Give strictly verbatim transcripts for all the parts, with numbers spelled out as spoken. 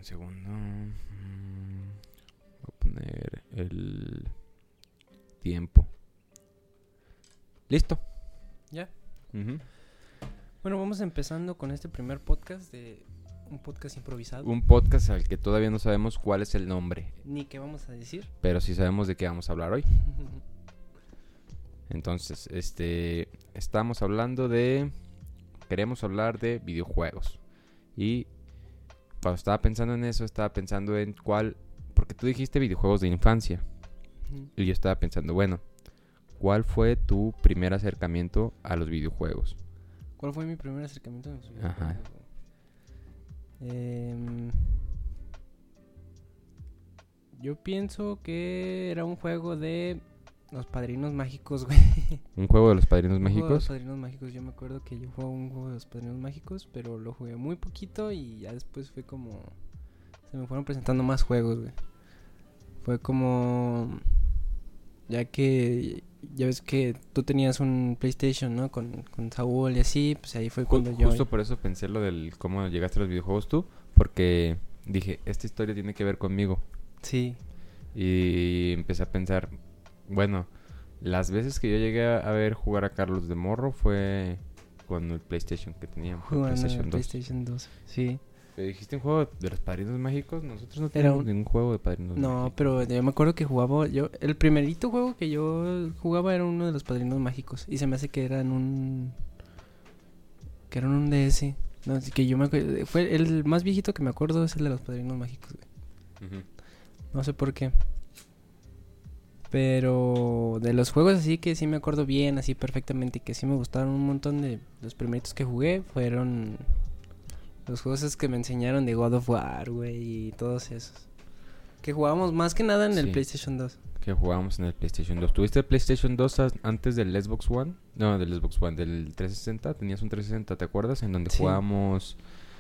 Un segundo. Voy a poner el tiempo. Listo. Ya. Uh-huh. Bueno, vamos empezando con este primer podcast de un podcast improvisado. Un podcast al que todavía no sabemos cuál es el nombre, Ni qué vamos a decir. pero sí sabemos de qué vamos a hablar hoy. Entonces, este, estamos hablando de, queremos hablar de videojuegos. Y cuando estaba pensando en eso, estaba pensando en cuál, porque tú dijiste videojuegos de infancia. Ujú. Y yo estaba pensando, bueno, ¿cuál fue tu primer acercamiento a los videojuegos? ¿Cuál fue mi primer acercamiento a los Ajá. videojuegos? Em, yo pienso que era un juego de los Padrinos Mágicos, güey. ¿Un juego de los Padrinos Un juego de los Mágicos? Padrinos Mágicos. Yo me acuerdo que yo jugué un juego de los Padrinos Mágicos, pero lo jugué muy poquito y ya después fue como... Se me fueron presentando más juegos, güey. Fue como... Ya que... Ya ves que tú tenías un PlayStation, ¿no? Con, con Saúl y así, pues ahí fue Ju- cuando yo... Justo por eso pensé lo del cómo llegaste a los videojuegos tú, porque dije, esta historia tiene que ver conmigo. Sí. Y empecé a pensar, bueno, las veces que yo llegué a ver jugar a Carlos de morro fue con el PlayStation que teníamos, el Jugando en PlayStation el dos. PlayStation dos. Sí. ¿Pero dijiste un juego de los Padrinos Mágicos? Nosotros no Era teníamos un- ningún juego de Padrinos No, Mágicos. pero yo me acuerdo que jugaba... yo El primerito juego que yo jugaba era uno de los Padrinos Mágicos. Y se me hace que era en un... Que era en un D S. No, así que yo me acuerdo... Fue el más viejito que me acuerdo es el de los Padrinos Mágicos, güey. Ujú. No sé por qué. Pero de los juegos así que sí me acuerdo bien, así perfectamente, y que sí me gustaron un montón de los primeritos que jugué, fueron los juegos esos que me enseñaron de God of War, güey, y todos esos. Que jugábamos más que nada en el Sí. PlayStation dos. Que jugábamos en el PlayStation dos. ¿Tuviste el PlayStation dos as- antes del Xbox One? No, del Xbox One, del trescientos sesenta. Tenías un trescientos sesenta, ¿te acuerdas? En donde Sí. jugábamos,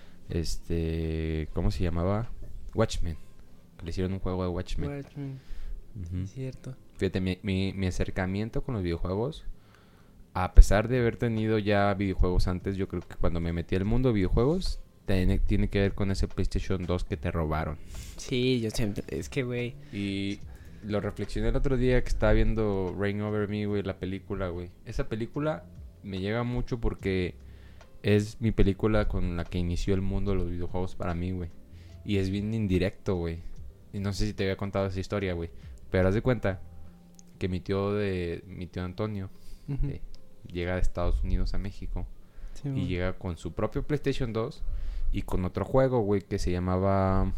este, ¿cómo se llamaba? Watchmen. Que le hicieron un juego de Watchmen. Watchmen, Ujú. es cierto. Fíjate, mi, mi, mi acercamiento con los videojuegos, a pesar de haber tenido ya videojuegos antes, yo creo que cuando me metí al mundo de videojuegos, tiene, tiene que ver con ese PlayStation dos que te robaron. Sí, yo siempre... Es que, güey... Y lo reflexioné el otro día que estaba viendo Reign Over Me, güey, la película, güey. Esa película me llega mucho porque es mi película con la que inició el mundo de los videojuegos para mí, güey. Y es bien indirecto, güey. Y no sé si te había contado esa historia, güey. Pero haz de cuenta que mi tío de mi tío Antonio Ujú. eh, llega de Estados Unidos a México Sí, y güey. llega con su propio PlayStation dos y con otro juego, güey, que se llamaba...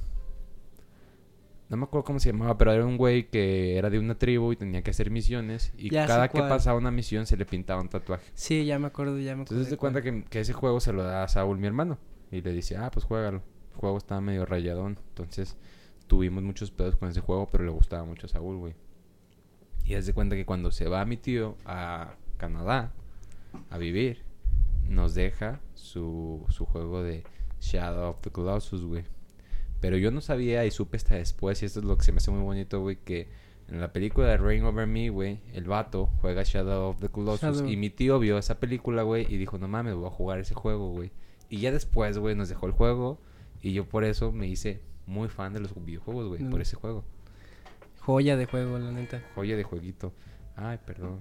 No me acuerdo cómo se llamaba, pero era un güey que era de una tribu y tenía que hacer misiones. Y Ya sé cada que cuál. pasaba una misión se le pintaba un tatuaje. Sí, ya me acuerdo, ya me acuerdo. Entonces se cuenta que, que ese juego se lo da a Saúl, mi hermano. Y le dice, ah, pues juégalo. El juego estaba medio rayadón. Entonces tuvimos muchos pedos con ese juego, pero le gustaba mucho a Saúl, güey. Y haz de cuenta que cuando se va mi tío a Canadá a vivir, nos deja su, su juego de Shadow of the Colossus, güey. Pero yo no sabía y supe hasta después, y esto es lo que se me hace muy bonito, güey, que en la película de Reign Over Me, güey, el vato juega Shadow of the Colossus. Shadow. Y mi tío vio esa película, güey, y dijo, no mames, voy a jugar ese juego, güey. Y ya después, güey, nos dejó el juego. Y yo por eso me hice muy fan de los videojuegos, güey, Mm. por ese juego. Joya de juego, la neta. Joya de jueguito. Ay, perdón.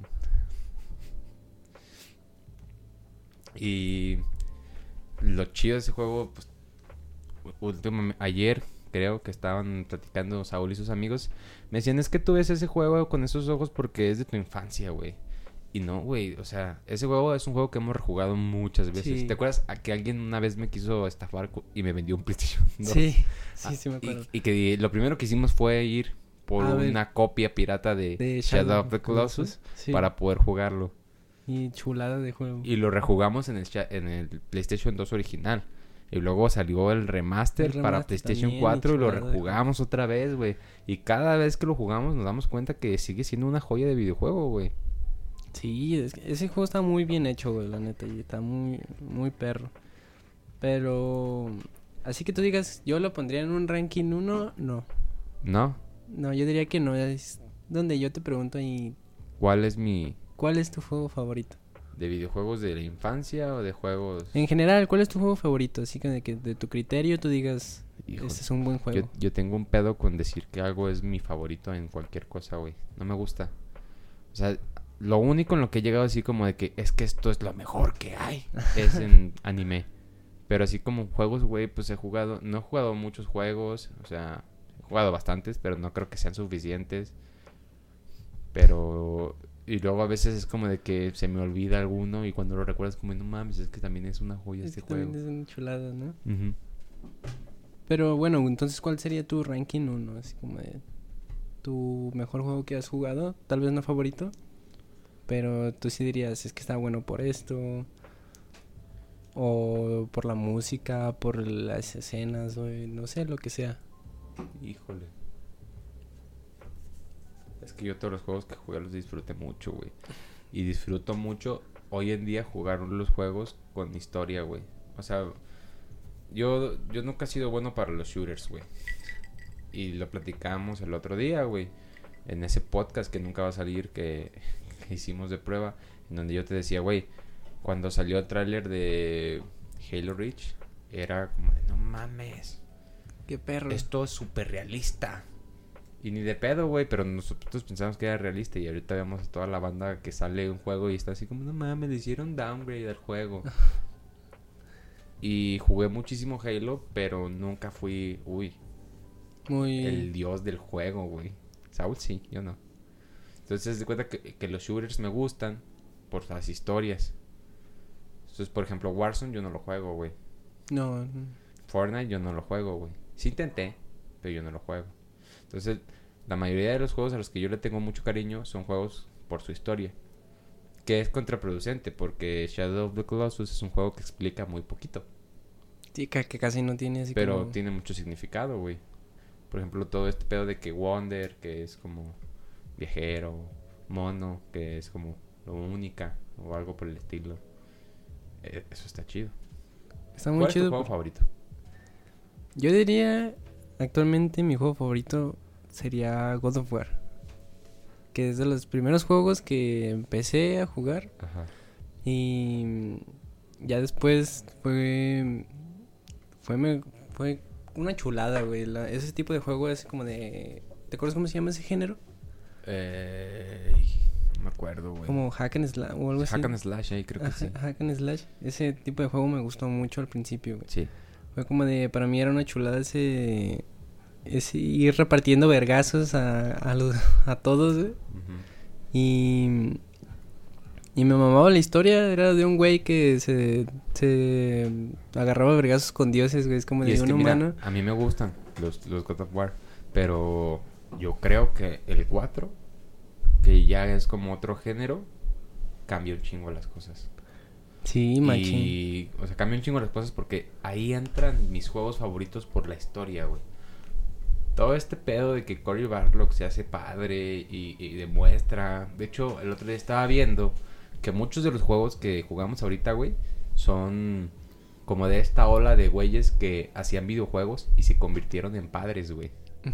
Y lo chido de ese juego, pues, último, ayer creo que estaban platicando Saúl y sus amigos. Me decían, es que tú ves ese juego con esos ojos porque es de tu infancia, güey. Y no, güey, o sea, ese juego es un juego que hemos rejugado muchas veces. Sí. ¿Te acuerdas a que alguien una vez me quiso estafar cu- y me vendió un PlayStation dos? Sí, sí, Ah, sí me acuerdo. Y, y que lo primero que hicimos fue ir por A ver. una copia pirata de, De Shadow of the Colossus Sí. para poder jugarlo. Y chulada de juego. Y lo rejugamos en el, sha- en el PlayStation dos original. Y luego salió el remaster, El para remaster PlayStation también, y cuatro y lo chulada de rejugamos otra vez, güey. Y cada vez que lo jugamos nos damos cuenta que sigue siendo una joya de videojuego, güey. Sí, es que ese juego está muy bien hecho, güey, la neta. Y está muy, muy perro. Pero... Así que tú digas, yo lo pondría en un ranking uno, no. ¿No? No, yo diría que no. Es donde yo te pregunto, ¿y ¿Cuál es mi... cuál es tu juego favorito? ¿De videojuegos de la infancia o de juegos...? En general, ¿cuál es tu juego favorito? Así que de, que de tu criterio tú digas, Híjole. Este es un buen juego. Yo, yo tengo un pedo con decir que algo es mi favorito en cualquier cosa, güey. No me gusta. O sea, lo único en lo que he llegado así como de que es que esto es lo mejor que hay es en anime. Pero así como juegos, güey, pues he jugado... No he jugado muchos juegos. O sea, he jugado bastantes, pero no creo que sean suficientes. Pero... Y luego a veces es como de que se me olvida alguno y cuando lo recuerdas como, no mames, es que también es una joya Es este que juego. también es una chulada, ¿no? Uh-huh. Pero bueno, entonces, ¿cuál sería tu ranking uno? Así como de tu mejor juego que has jugado. Tal vez no favorito, pero tú sí dirías, es que está bueno por esto. O por la música, por las escenas, o no sé, lo que sea. Híjole. Es que yo todos los juegos que jugué los disfruté mucho, güey. Y disfruto mucho hoy en día jugar los juegos con historia, güey. O sea, yo, yo nunca he sido bueno para los shooters, güey. Y lo platicamos el otro día, güey. En ese podcast que nunca va a salir que, que hicimos de prueba. En donde yo te decía, güey, cuando salió el tráiler de Halo Reach, era como de, no mames. Qué perro. Esto es súper realista. Y ni de pedo, güey, pero nosotros pensamos que era realista. Y ahorita vemos a toda la banda que sale un juego y está así como, no mames, le hicieron downgrade al juego. Y jugué muchísimo Halo, pero nunca fui, uy, Muy... el dios del juego, güey. Saúl sí, yo no. Entonces, de cuenta que, que los shooters me gustan por las historias. Entonces, por ejemplo, Warzone yo no lo juego, güey. No. Fortnite yo no lo juego, güey. Sí intenté, pero yo no lo juego. Entonces, la mayoría de los juegos a los que yo le tengo mucho cariño son juegos por su historia. Que es contraproducente, porque Shadow of the Colossus es un juego que explica muy poquito. Sí, que, que casi no tiene así Pero como... tiene mucho significado, güey. Por ejemplo, todo este pedo de que Wonder, que es como viajero, Mono, que es como lo única, o algo por el estilo. Eh, eso está chido. Está muy ¿Cuál chido. es tu juego favorito? Yo diría, actualmente mi juego favorito sería God of War. Que es de los primeros juegos que empecé a jugar. Ajá. Y ya después fue... Fue, me, fue una chulada, güey. La, ese tipo de juego es como de... ¿Te acuerdas cómo se llama ese género? Eh, no me acuerdo, güey. Como Hack and Slash o algo así. Hack and Slash, ahí creo que Ajá, sí. Hack and Slash. Ese tipo de juego me gustó mucho al principio, güey. Sí. Fue como de... Para mí era una chulada ese... Ese ir repartiendo vergazos a, a, los, a todos, güey. Uh-huh. Y... Y me mamaba la historia, era de un güey que se, se agarraba vergazos con dioses, güey, es como Y de es un que, humano. mira, a mí me gustan los, los God of War, pero yo creo que el cuatro, que ya es como otro género, cambia un chingo las cosas. Sí, machín. Y, o sea, cambia un chingo las cosas porque ahí entran mis juegos favoritos por la historia, güey. Todo este pedo de que Cory Barlog se hace padre y, y demuestra... De hecho, el otro día estaba viendo que muchos de los juegos que jugamos ahorita, güey, son como de esta ola de güeyes que hacían videojuegos y se convirtieron en padres, güey.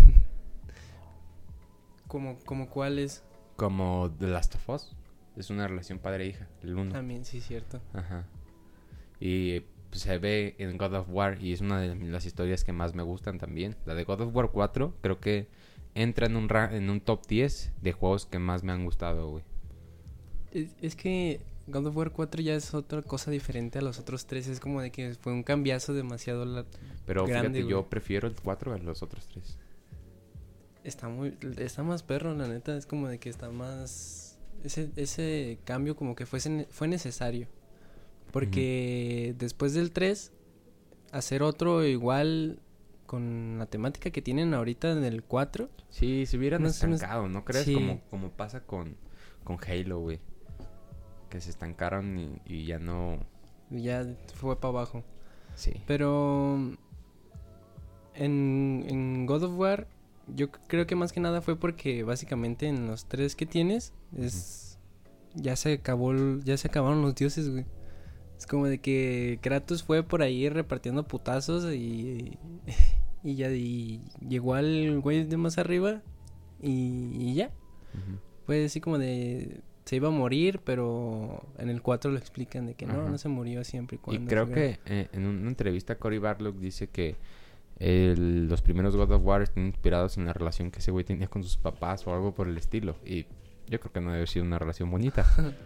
¿Como, como cuáles? Como The Last of Us. Es una relación padre-hija, el uno. También, sí, cierto. Ajá. Y pues, se ve en God of War y es una de las historias que más me gustan también. La de God of War cuatro creo que entra en un, ra- en un top diez de juegos que más me han gustado, güey. Es, es que God of War cuatro ya es otra cosa diferente a los otros tres. Es como de que fue un cambiazo demasiado la... Pero grande, fíjate, güey. yo prefiero el cuatro a los otros tres. Está muy... Está más perro, la neta. Es como de que está más... Ese, ese cambio como que fue, fue necesario. Porque uh-huh. después del tres, hacer otro igual con la temática que tienen ahorita en el cuatro. Sí, se hubieran no, estancado, ¿no crees? Sí. Como, como pasa con, con Halo, güey. Que se estancaron y, y ya no... Ya fue para abajo. Sí. Pero en, en God of War, yo creo que más que nada fue porque básicamente en los tres que tienes es uh-huh. ya se acabó, ya se acabaron los dioses, güey. Es como de que Kratos fue por ahí repartiendo putazos y y ya y llegó al güey de más arriba y, y ya. Uh-huh. Fue así como de se iba a morir, pero en el cuatro lo explican de que no, uh-huh. no se murió siempre y cuando. Y creo que eh, en una entrevista Cory Barlog dice que el, los primeros God of War están inspirados en la relación que ese güey tenía con sus papás o algo por el estilo. Y yo creo que no debe haber sido una relación bonita.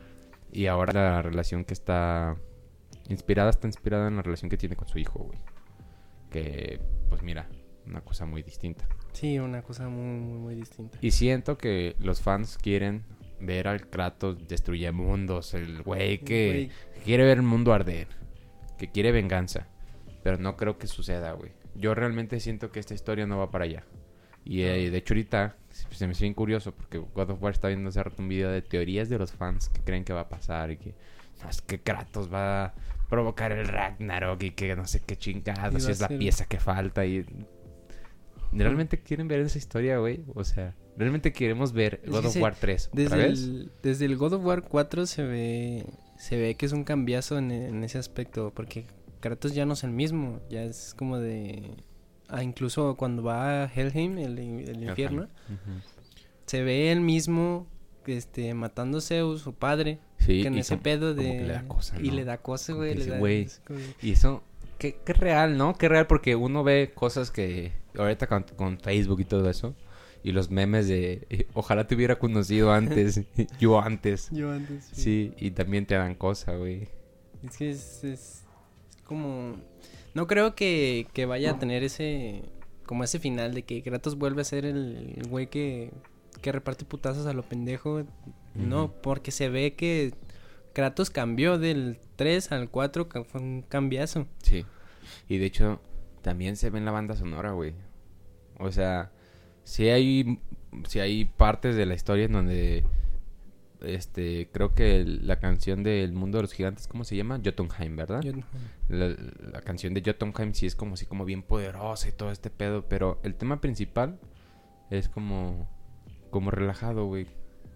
Y ahora la relación que está inspirada está inspirada en la relación que tiene con su hijo, güey. Que, pues mira, una cosa muy distinta. Sí, una cosa muy, muy, muy distinta. Y siento que los fans quieren ver al Kratos destruye mundos, el güey que Güey. quiere ver el mundo arder, que quiere venganza. Pero no creo que suceda, güey. Yo realmente siento que esta historia no va para allá. Y eh, de hecho ahorita se, se me hace bien curioso porque God of War está viendo hace rato un video de teorías de los fans que creen que va a pasar y que no, es que Kratos va a provocar el Ragnarok y que no sé qué Y chingados va es a la ser- pieza que falta y realmente quieren ver esa historia, güey. O sea, realmente queremos ver Es God que of se- War tres otra Desde vez. el, desde el God of War cuatro se ve se ve que es un cambiazo en, en ese aspecto, porque Kratos ya no es el mismo, ya es como de... Ah, incluso cuando va a Helheim, el, el infierno, Ujú. se ve él mismo este, matando a Zeus, su padre, Sí, que en y ese como- pedo como de... que le da cosa, Y ¿no? le da cosa, Como güey. que le dice, da- güey. es como de- Y eso, qué, qué real, ¿no? Qué real porque uno ve cosas que ahorita con, con Facebook y todo eso. Y los memes de, eh, ojalá te hubiera conocido antes, yo antes. Yo antes, sí. Sí, y también te dan cosa, güey. Es que es, es, es como... No creo que, que vaya a tener ese... Como ese final de que Kratos vuelve a ser el, el güey que, que reparte putazos a lo pendejo. No, Ujú. porque se ve que Kratos cambió del tres al cuatro, que fue un cambiazo. Sí. Y de hecho, también se ve en la banda sonora, güey. O sea, sí hay, sí hay partes de la historia en donde, este, creo que el- la canción del Mundo de los Gigantes, ¿cómo se llama? Jotunheim, ¿verdad? Yo no- La, la canción de Jotunheim sí es como así como bien poderosa y todo este pedo, pero el tema principal es como, como relajado, güey.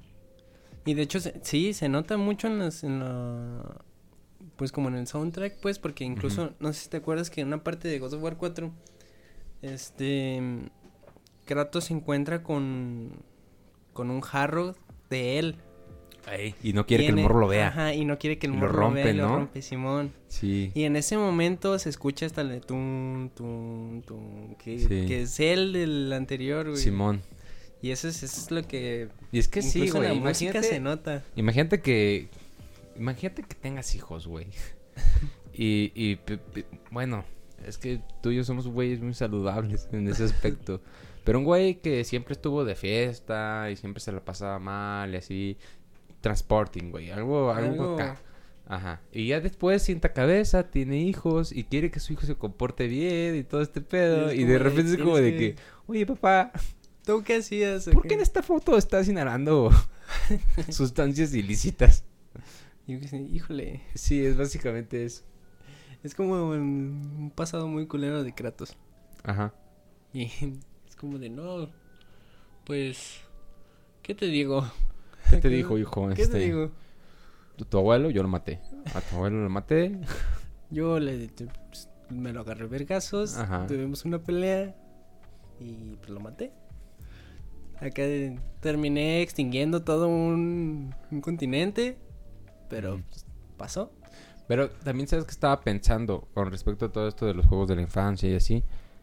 Y de hecho, se- sí, se nota mucho en las... En la, pues como en el soundtrack, pues, porque incluso... Ujú. No sé si te acuerdas que en una parte de God of War cuatro... Este... Kratos se encuentra con... Con un jarro de él. Y no quiere que el Tiene- morro lo vea. Ajá, y no quiere que el Y lo morro lo, rompe, vea. Y ¿no? lo rompe, Simón. Sí. Y en ese momento se escucha hasta el de tum, tum, tum, que, Sí. que es él del anterior, güey. Simón. Y eso es, eso es lo que... Y es que sí, incluso en güey. la música Imagínate, se nota. imagínate que, imagínate que tengas hijos, güey. y, y p- p- bueno, es que tú y yo somos güeyes muy saludables en ese aspecto. Pero un güey que siempre estuvo de fiesta y siempre se la pasaba mal y así, transporting, güey, algo, algo, Algo- acá. Ajá. Y ya después sienta cabeza, tiene hijos y quiere que su hijo se comporte bien y todo este pedo. Es Y como de de, repente es como de tienes que, oye papá, ¿Tú qué hacías? o ¿por qué? qué en esta foto estás inhalando sustancias ilícitas? Y yo dije, híjole, Sí, es básicamente eso. es como un un pasado muy culero de Kratos. Ajá. Y es como de, no, pues, ¿qué te digo? ¿Qué te dijo, hijo? ¿Qué Este, te digo? Tu, tu abuelo, yo lo maté. A tu abuelo lo maté. Yo le, te- pues, me lo agarré vergazos, Ajá. tuvimos una pelea y pues lo maté. Acá de- terminé extinguiendo todo un, un continente, pero Ujú. pues, pasó. Pero también sabes que estaba pensando con respecto a todo esto de los juegos de la infancia y así.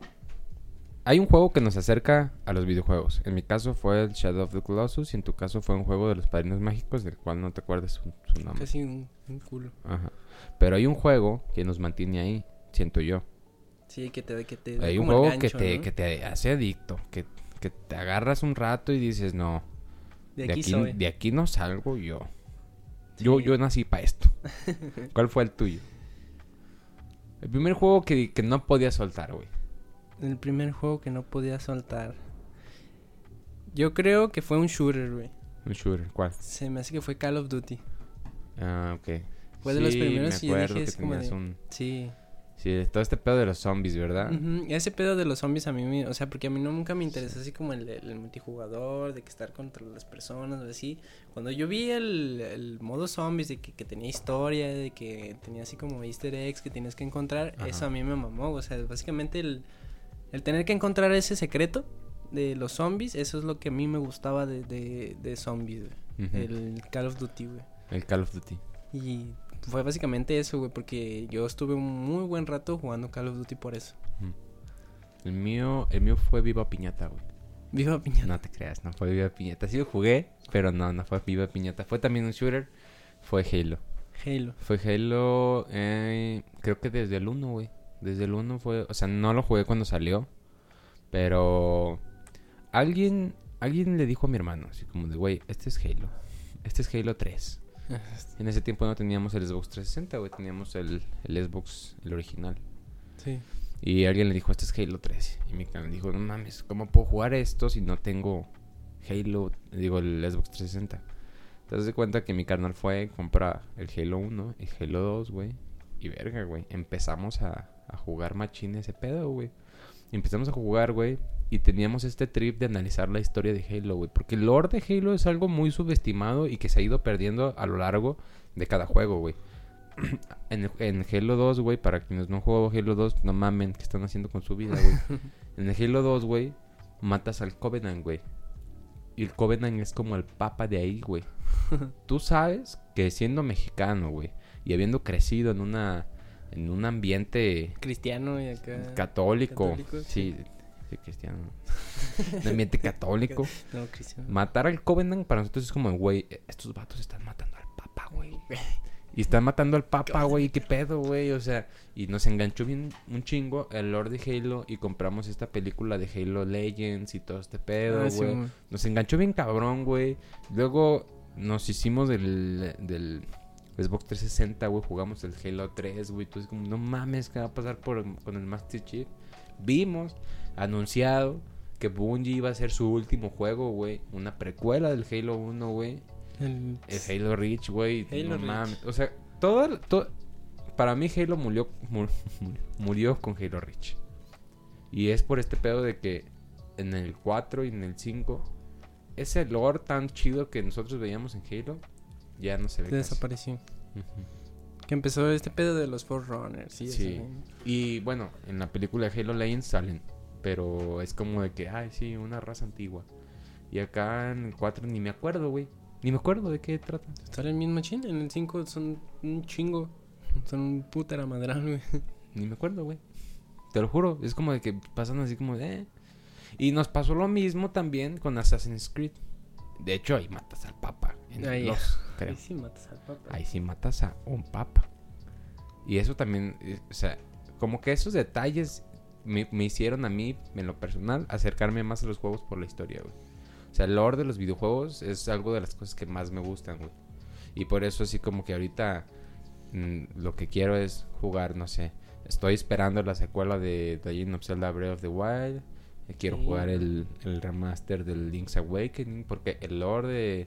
Hay un juego que nos acerca a los videojuegos. En mi caso fue el Shadow of the Colossus y en tu caso fue un juego de los Padrinos Mágicos del cual no te acuerdas su, su nombre. Casi un, un culo. Ajá. Pero hay un juego que nos mantiene ahí, siento yo. Sí, que te, que te da Hay un como el juego que gancho, te, ¿no? que te hace adicto, que, que te agarras un rato y dices, no, De de aquí, aquí, soy. de aquí no salgo yo. Sí. Yo, yo nací para esto. ¿Cuál fue el tuyo? El primer juego que, que no podía soltar, güey. El primer juego que no podía soltar. Yo creo que fue un shooter, güey. Un shooter, ¿cuál? Se me hace que fue Call of Duty. Ah, ok. Fue de los primeros me y yo acuerdo dije, que es como tenías de- un... Sí. Sí, todo este pedo de los zombies, ¿verdad? Ujú, ese pedo de los zombies a mí, me- o sea, porque a mí no, nunca me interesó así como el, el multijugador, de que estar contra las personas o así. Cuando yo vi el, el modo zombies, de que, que tenía historia, de que tenía así como easter eggs que tienes que encontrar, Ajá. eso a mí me mamó. O sea, básicamente el, el tener que encontrar ese secreto de los zombies, eso es lo que a mí me gustaba de, de, de zombies, güey. Ujú. El Call of Duty, güey. El Call of Duty. Y fue básicamente eso, güey, porque yo estuve un muy buen rato jugando Call of Duty por eso. Ujú. El mío, el mío fue Viva Piñata, güey. Viva Piñata. No te creas, no fue Viva Piñata. Sí lo jugué, pero no, no fue Viva Piñata. Fue también un shooter. Fue Halo. Halo. Fue Halo, eh, creo que desde el uno, güey. Desde el uno fue... O sea, no lo jugué cuando salió. Pero... Alguien... Alguien le dijo a mi hermano, así como de, güey, este es Halo. Este es Halo tres. En ese tiempo no teníamos el Xbox trescientos sesenta, güey. Teníamos el, el Xbox, el original. Sí. Y alguien le dijo, este es Halo tres. Y mi canal dijo, no mames, ¿cómo puedo jugar esto si no tengo Halo? Digo, el Xbox trescientos sesenta. Te das de cuenta que mi carnal fue, compra el Halo uno, el Halo dos, güey. Y verga, güey. Empezamos a, a jugar machín ese pedo, güey. Y empezamos a jugar, güey. Y teníamos este trip de analizar la historia de Halo, güey. Porque el lore de Halo es algo muy subestimado y que se ha ido perdiendo a lo largo de cada juego, güey. en, en Halo dos, güey, para quienes no juegan Halo dos, no mamen, ¿qué están haciendo con su vida, güey? En el Halo dos, güey, matas al Covenant, güey. Y el Covenant es como el papa de ahí, güey. Tú sabes que siendo mexicano, güey, y habiendo crecido en una en un ambiente cristiano y acá católico, católico, sí, sí, cristiano. Un ambiente católico. No, cristiano. Matar al Covenant para nosotros es como, güey, estos vatos están matando al papa, güey. Y están matando al papa, güey, qué pedo, güey, o sea, y nos enganchó bien un chingo el lore de Halo y compramos esta película de Halo Legends y todo este pedo, Ah, güey. sí, güey. Nos enganchó bien cabrón, güey. Luego nos hicimos del, del Xbox trescientos sesenta, güey, jugamos el Halo tres, güey. Entonces como, no mames, ¿qué va a pasar por, con el Master Chief? Vimos anunciado que Bungie iba a hacer su último juego, güey, una precuela del Halo uno, güey. El... El Halo Reach, güey. Halo No Reach. mames. O sea, todo, todo... Para mí Halo murió, mur- murió con Halo Reach. Y es por este pedo de que en el cuatro y en el cinco... Ese lore tan chido que nosotros veíamos en Halo... Ya no se ve casi. desapareció. Ujú. Que empezó este pedo de los Forerunners. Sí. Sí. Eso, Y bueno, en la película de Halo Legends salen. Pero es como de que... Ay, sí, una raza antigua. Y acá en el cuatro ni me acuerdo, güey. Ni me acuerdo de qué trata. Está en el mismo machine. En el cinco son un chingo. Son un puta madral, güey. Ni me acuerdo, güey. Te lo juro. Es como de que pasan así como de... Eh. Y nos pasó lo mismo también con Assassin's Creed. De hecho, ahí matas al papa. En Ahí- el dos, creo. Ahí sí matas al papa. Ahí sí matas a un papa. Y eso también... eh, o sea, como que esos detalles me, me hicieron a mí, en lo personal, acercarme más a los juegos por la historia, güey. O sea, el lore de los videojuegos es algo de las cosas que más me gustan, güey. Y por eso así como que ahorita mmm, lo que quiero es jugar, no sé. Estoy esperando la secuela de The Legend of Zelda Breath of the Wild. Eh, Quiero Sí. jugar el, el remaster del Link's Awakening. Porque el lore de...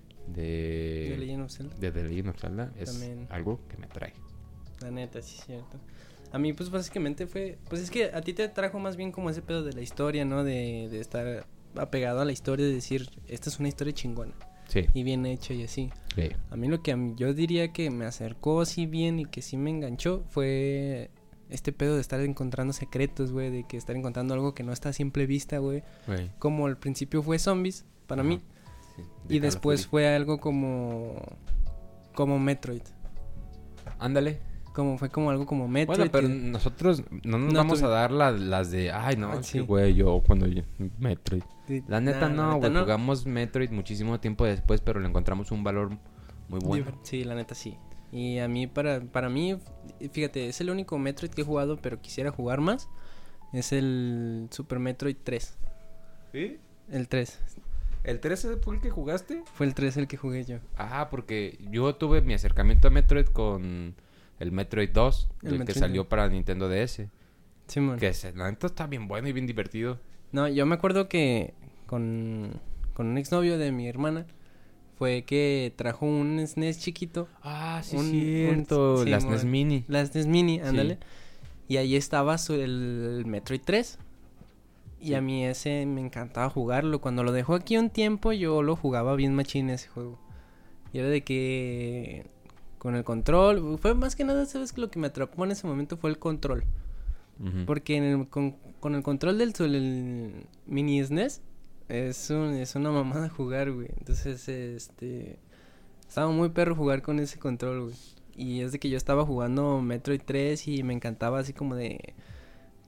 De De, Legend of Zelda. de The Legend of Zelda es También. algo que me trae. La neta, sí es cierto. A mí, pues, básicamente fue... Pues es que a ti te trajo más bien como ese pedo de la historia, ¿no? De, de estar apegado a la historia, de decir, esta es una historia chingona. Sí. Y bien hecha y así. Sí. A mí lo que a mí, yo diría que me acercó así bien y que sí me enganchó fue este pedo de estar encontrando secretos, güey. De que estar encontrando algo que no está a simple vista, güey. Güey. Como al principio fue zombies, para Ajá. mí. Sí, de Y Call of después Duty. fue algo como... Como Metroid. Ándale. Como fue como algo como Metroid. Bueno, pero que- nosotros no nos No vamos tuvi- a dar la- las de... Ay, no, Ah, es sí. que, güey, yo cuando... yo- Metroid. Sí, La neta nah, la no, neta güey. no. Jugamos Metroid muchísimo tiempo después, pero le encontramos un valor muy bueno. Difer- Sí, la neta sí. Y a mí, para, para mí, fíjate, es el único Metroid que he jugado, pero quisiera jugar más. Es el Super Metroid tres. ¿Sí? El tres. ¿El trece fue el que jugaste? Fue el tres el que jugué yo. Ah, porque yo tuve mi acercamiento a Metroid con el Metroid dos, El el, que Metroid salió dos. para Nintendo D S. Simón. Que se, la neta está bien bueno y bien divertido. No, yo me acuerdo que con, con un exnovio de mi hermana fue que trajo un S N E S chiquito. Ah, sí, Un- cierto. un- sí, Las N E S mon. Mini. La S N E S Mini, ándale. Y ahí estaba su, el, el Metroid tres. Y Sí. a mí ese me encantaba jugarlo. Cuando lo dejó aquí un tiempo, yo lo jugaba bien machín ese juego. Y era de que con el control, fue más que nada, ¿sabes? Que lo que me atrapó en ese momento fue el control. Ujú. Porque en el- con, con el control del sol- el mini S N E S es, un, es una mamada jugar, güey. Entonces, este... Estaba muy perro jugar con ese control, güey. Y es de que yo estaba jugando Metroid tres y me encantaba así como de...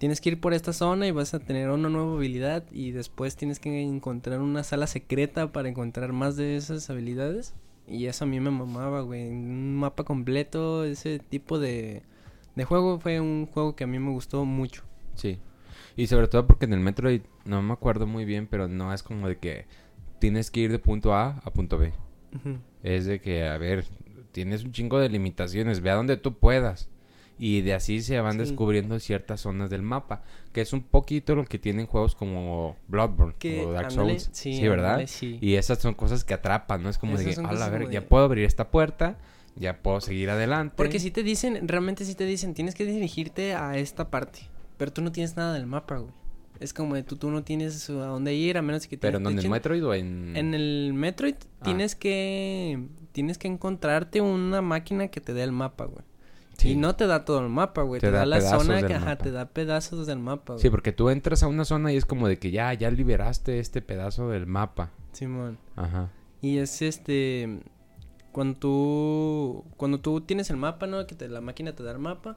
tienes que ir por esta zona y vas a tener una nueva habilidad y después tienes que encontrar una sala secreta para encontrar más de esas habilidades. Y eso a mí me mamaba, güey. Un mapa completo, ese tipo de, de juego fue un juego que a mí me gustó mucho. Sí. Y sobre todo porque en el Metroid, no me acuerdo muy bien, pero no es como de que tienes que ir de punto A a punto B. Uh-huh. Es de que, a ver, tienes un chingo de limitaciones, ve a donde tú puedas. Y de así se van sí. descubriendo ciertas zonas del mapa, que es un poquito lo que tienen juegos como Bloodborne que, o Dark andale, Souls. Sí, sí ¿verdad? Andale, sí. Y esas son cosas que atrapan, ¿no? Es como esas de que, a ver, ya de... puedo abrir esta puerta, ya puedo seguir adelante. Porque si te dicen, realmente si te dicen, tienes que dirigirte a esta parte, pero tú no tienes nada del mapa, güey. Es como de tú, tú no tienes a dónde ir, a menos que... ¿Pero en el echen... Metroid o en...? En el Metroid ah. tienes que... Tienes que encontrarte una máquina que te dé el mapa, güey. Sí. Y no te da todo el mapa, güey. Te, te da, da la zona que, ajá, te da pedazos del mapa, güey. Sí, porque tú entras a una zona y es como de que ya, ya liberaste este pedazo del mapa. Simón. Ajá. Y es este... Cuando tú... Cuando tú tienes el mapa, ¿no? Que te, la máquina te da el mapa.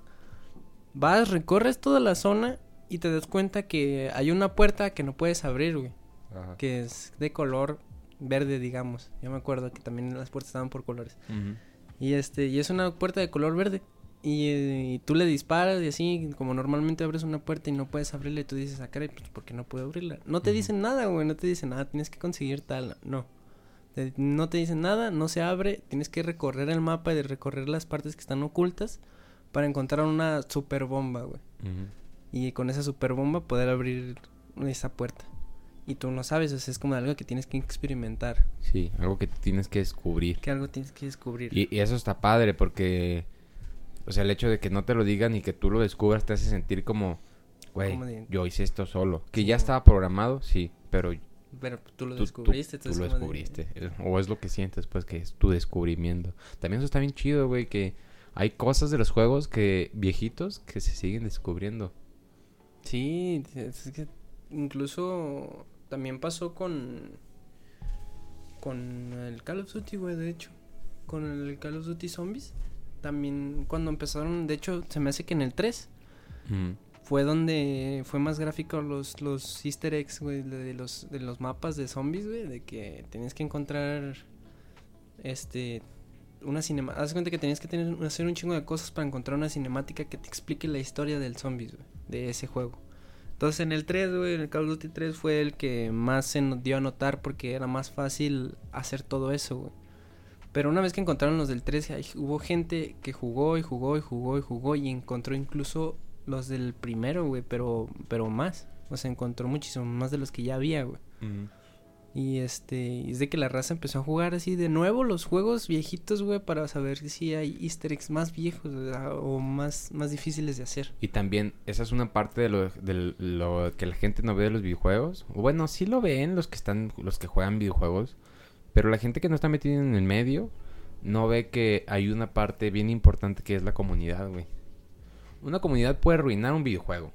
Vas, recorres toda la zona... Y te das cuenta que hay una puerta que no puedes abrir, güey. Ajá. Que es de color verde, digamos. Yo me acuerdo que también las puertas estaban por colores. Uh-huh. Y este, y es una puerta de color verde. Y, y tú le disparas y así, como normalmente abres una puerta y no puedes abrirla. Y tú dices, ah, caray, pues, ¿por qué no puedo abrirla? No te uh-huh. dicen nada, güey. No te dicen nada, tienes que conseguir tal. No. Te, no te dicen nada, no se abre. Tienes que recorrer el mapa y recorrer las partes que están ocultas para encontrar una super bomba, güey. Uh-huh. Y con esa super bomba poder abrir esa puerta. Y tú no sabes, o sea, es como algo que tienes que experimentar. Sí, algo que tienes que descubrir. Que algo tienes que descubrir. Y, y eso está padre porque, o sea, el hecho de que no te lo digan y que tú lo descubras te hace sentir como, güey, yo hice esto solo. Que sí, ya estaba programado, sí, pero... Pero tú lo tú, descubriste. Tú, tú lo descubriste. De... O es lo que sientes, pues, que es tu descubrimiento. También eso está bien chido, güey, que hay cosas de los juegos que viejitos que se siguen descubriendo. Sí, es que incluso también pasó con con el Call of Duty, güey, de hecho, con el Call of Duty Zombies, también cuando empezaron, de hecho, se me hace que en el tres mm. fue donde fue más gráfico los los easter eggs, güey, de los de los mapas de zombies, güey, de que tenías que encontrar este una cinemática, haz cuenta que tenías que tener, hacer un chingo de cosas para encontrar una cinemática que te explique la historia del zombies, güey, de ese juego. Entonces en el tres, güey, en el Call of Duty tres fue el que más se dio a notar porque era más fácil hacer todo eso, güey. Pero una vez que encontraron los del tres, hay, hubo gente que jugó y jugó y jugó y jugó y encontró incluso los del primero, güey, pero pero más. O sea, encontró muchísimo más de los que ya había, güey. Uh-huh. Y este, es de que la raza empezó a jugar así de nuevo los juegos viejitos, güey, para saber si hay easter eggs más viejos, ¿verdad? O más, más difíciles de hacer. Y también, esa es una parte de lo, de lo que la gente no ve de los videojuegos. Bueno, sí lo ven los que están, los que juegan videojuegos, pero la gente que no está metida en el medio no ve que hay una parte bien importante que es la comunidad, güey. Una comunidad puede arruinar un videojuego.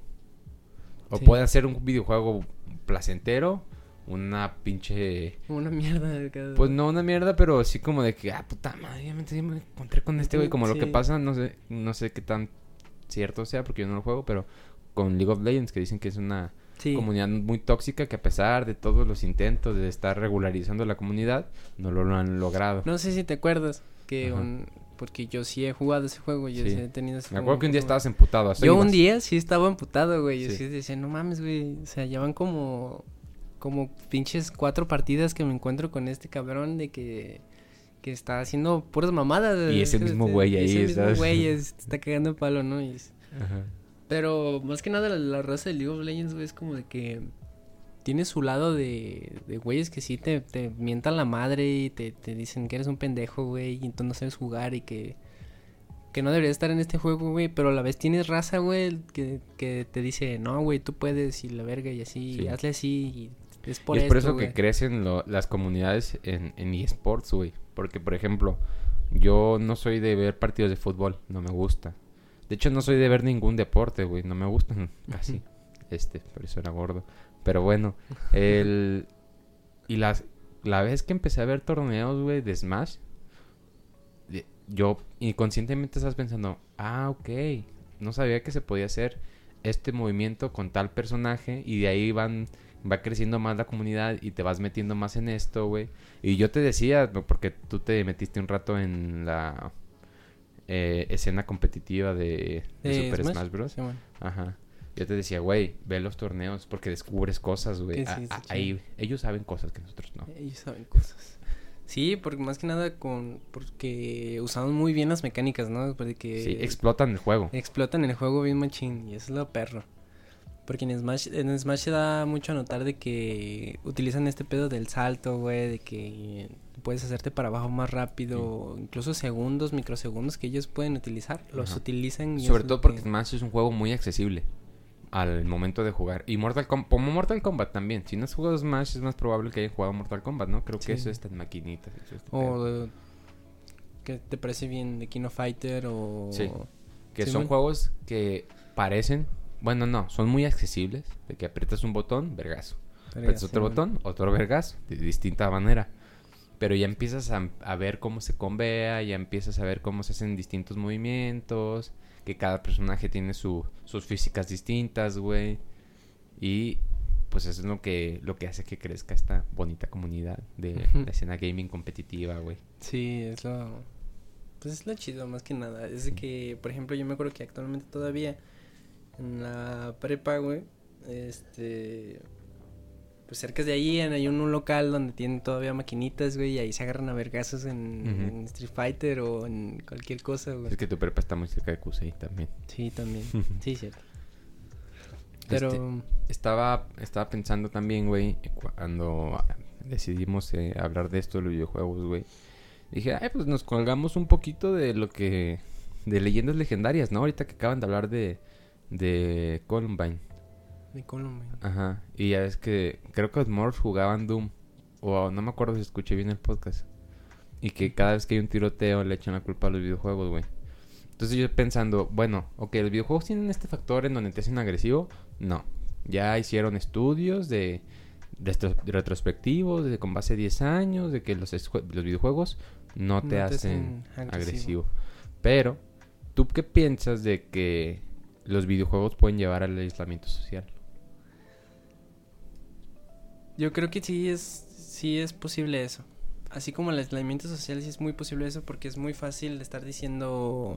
O sí. puede hacer un videojuego placentero. Una pinche... Una mierda de cada... Pues no una mierda, pero sí como de que... Ah, puta madre, ya me, ya me encontré con este güey. Como sí. lo que pasa, no sé no sé qué tan cierto sea, porque yo no lo juego, pero con League of Legends, que dicen que es una sí. comunidad muy tóxica, que a pesar de todos los intentos de estar regularizando la comunidad, no lo, lo han logrado. No sé si te acuerdas que... Un, porque yo sí he jugado ese juego, yo sí, sí he tenido ese Me acuerdo que un día estabas emputado. Yo ibas. un día sí estaba emputado, güey. Yo sí, sí decía, no mames, güey. O sea, ya van como... Como pinches cuatro partidas que me encuentro con este cabrón de que... Que está haciendo puras mamadas. Y ese mismo güey ahí. Ese mismo güey está cagando el palo, ¿no? Y es... Ajá. Pero más que nada la, la raza de League of Legends, güey, es como de que... Tiene su lado de... De güeyes que sí te, te mientan la madre y te, te dicen que eres un pendejo, güey. Y entonces no sabes jugar y que... Que no deberías estar en este juego, güey. Pero a la vez tienes raza, güey, que, que te dice... No, güey, tú puedes y la verga y así. Sí. Y hazle así y... Es por, y es esto, por eso güey. que crecen lo, las comunidades en, en eSports, güey. Porque, por ejemplo, yo no soy de ver partidos de fútbol. No me gusta. De hecho, no soy de ver ningún deporte, güey. No me gustan casi. este, por eso era gordo. Pero bueno. el Y las, la vez que empecé a ver torneos, güey, de Smash... Yo inconscientemente estás pensando... Ah, ok. No sabía que se podía hacer... este movimiento con tal personaje y de ahí van va creciendo más la comunidad y te vas metiendo más en esto, güey. Y yo te decía, ¿no? Porque tú te metiste un rato en la eh, escena competitiva de, de Eh, Super Smash. Smash Bros. Sí, bueno. Ajá. Yo te decía, güey, ve los torneos porque descubres cosas, güey. Que sí, A- está a- chido. ahí ellos saben cosas que nosotros no. Ellos saben cosas. Sí, porque más que nada con porque usamos muy bien las mecánicas, ¿no? Porque que Sí, explotan el juego. explotan el juego bien machín y eso es lo perro. Porque en Smash, en Smash se da mucho a notar de que utilizan este pedo del salto, güey, de que puedes hacerte para abajo más rápido, incluso segundos, microsegundos que ellos pueden utilizar, los Ajá. utilizan. Y Sobre eso todo es porque que- Smash es un juego muy accesible al momento de jugar. Y Mortal Kombat, como Mortal Kombat también. Si no has jugado Smash, es más probable que hayan jugado Mortal Kombat, ¿no? Creo Sí. que eso está en maquinitas. Eso está O de- que te parece bien de King of Fighter o... Sí. Que Sí, son man. juegos que parecen... Bueno, no, son muy accesibles. De que aprietas un botón, vergazo. Aprietas otro Sí, botón, otro vergazo. De distinta manera. Pero ya empiezas a, a ver cómo se convea, ya empiezas a ver cómo se hacen distintos movimientos, que cada personaje tiene su, sus físicas distintas, güey. Y pues eso es lo que, lo que hace que crezca esta bonita comunidad de Ujú. la escena gaming competitiva, güey. Sí, es lo... Pues es lo chido, más que nada. Es de que, por ejemplo, yo me acuerdo que actualmente todavía en la prepa, güey, este... Pues cerca de ahí hay un, un local donde tienen todavía maquinitas, güey, y ahí se agarran a vergazos en, Ujú. en Street Fighter o en cualquier cosa, güey. Es que tu prepa está muy cerca de Q C I también. Sí, también. Sí, cierto. Pero... Este, estaba, estaba pensando también, güey, cuando decidimos eh, hablar de esto de los videojuegos, güey. Dije, ay, pues nos colgamos un poquito de lo que... De leyendas legendarias, ¿no? Ahorita que acaban de hablar de... De Columbine. De Columbine. Ajá. Y ya es que... Creo que los morros jugaban Doom. O no me acuerdo si escuché bien el podcast. Y que cada vez que hay un tiroteo le echan la culpa a los videojuegos, güey. Entonces yo pensando, bueno, ok, ¿los videojuegos tienen este factor en donde te hacen agresivo? No. Ya hicieron estudios de, de, estos- de retrospectivos, de con base a diez años, de que los, esjue- los videojuegos no te, No te hacen hacen agresivo. agresivo. Pero, ¿tú qué piensas de que los videojuegos pueden llevar al aislamiento social? Yo creo que sí es, sí es posible eso. Así como el aislamiento social sí es muy posible eso porque es muy fácil de estar diciendo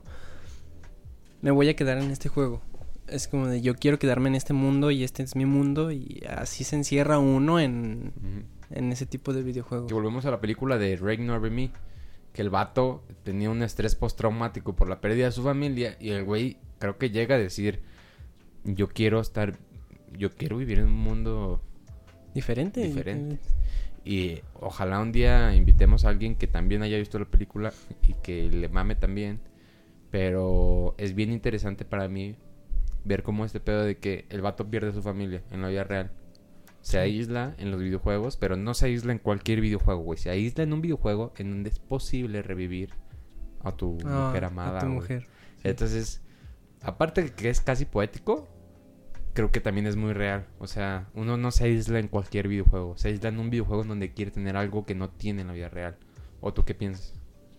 me voy a quedar en este juego. Es como de yo quiero quedarme en este mundo y este es mi mundo y así se encierra uno en, Ujú. en ese tipo de videojuegos. Que volvemos a la película de Reign Over Me. Que el vato tenía un estrés postraumático por la pérdida de su familia. Y el güey creo que llega a decir... Yo quiero estar... Yo quiero vivir en un mundo Diferente. diferente. Y ojalá un día invitemos a alguien que también haya visto la película. Y que le mame también. Pero es bien interesante para mí... Ver cómo este pedo de que el vato pierde a su familia en la vida real. Se Sí. aísla en los videojuegos, pero no se aísla en cualquier videojuego, güey. Se aísla en un videojuego en donde es posible revivir a tu Ah, mujer amada, a tu güey. mujer. Sí. Entonces, aparte de que es casi poético, creo que también es muy real. O sea, uno no se aísla en cualquier videojuego. Se aísla en un videojuego en donde quiere tener algo que no tiene en la vida real. ¿O tú qué piensas?